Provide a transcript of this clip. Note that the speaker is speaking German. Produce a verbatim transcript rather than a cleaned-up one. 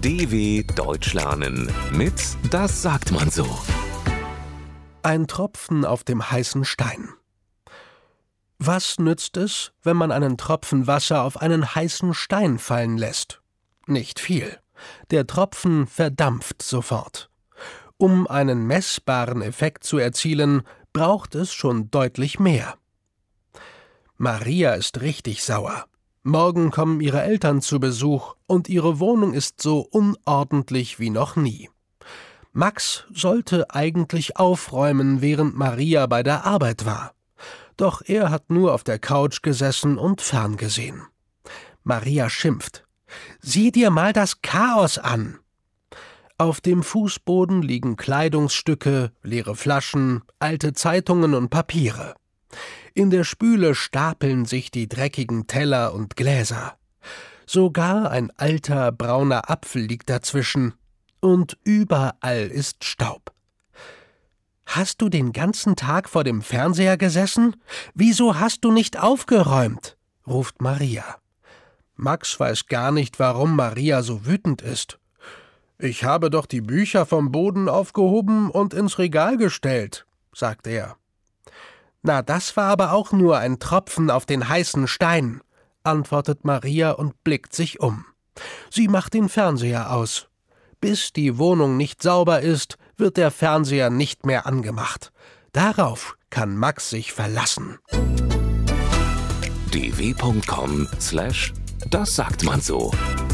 D W Deutsch lernen mit Das sagt man so. Ein Tropfen auf dem heißen Stein. Was nützt es, wenn man einen Tropfen Wasser auf einen heißen Stein fallen lässt? Nicht viel. Der Tropfen verdampft sofort. Um einen messbaren Effekt zu erzielen, braucht es schon deutlich mehr. Maria ist richtig sauer. Morgen kommen ihre Eltern zu Besuch und ihre Wohnung ist so unordentlich wie noch nie. Max sollte eigentlich aufräumen, während Maria bei der Arbeit war. Doch er hat nur auf der Couch gesessen und ferngesehen. Maria schimpft. »Sieh dir mal das Chaos an!« Auf dem Fußboden liegen Kleidungsstücke, leere Flaschen, alte Zeitungen und Papiere. In der Spüle stapeln sich die dreckigen Teller und Gläser. Sogar ein alter, brauner Apfel liegt dazwischen. Und überall ist Staub. »Hast du den ganzen Tag vor dem Fernseher gesessen? Wieso hast du nicht aufgeräumt?« ruft Maria. Max weiß gar nicht, warum Maria so wütend ist. »Ich habe doch die Bücher vom Boden aufgehoben und ins Regal gestellt«, sagt er. »Na, das war aber auch nur ein Tropfen auf den heißen Stein«, antwortet Maria und blickt sich um. Sie macht den Fernseher aus. Bis die Wohnung nicht sauber ist, wird der Fernseher nicht mehr angemacht. Darauf kann Max sich verlassen. d w punkt com slash das sagt man so